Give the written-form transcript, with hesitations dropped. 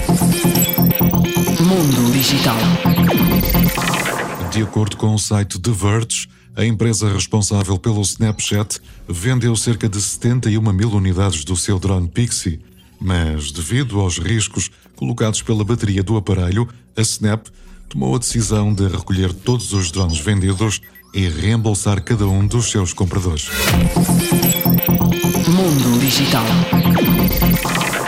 Mundo Digital. De acordo com o site The Verge, a empresa responsável pelo Snapchat vendeu cerca de 71 mil unidades do seu drone Pixie, mas devido aos riscos colocados pela bateria do aparelho, a Snap tomou a decisão de recolher todos os drones vendidos e reembolsar cada um dos seus compradores. Mundo Digital.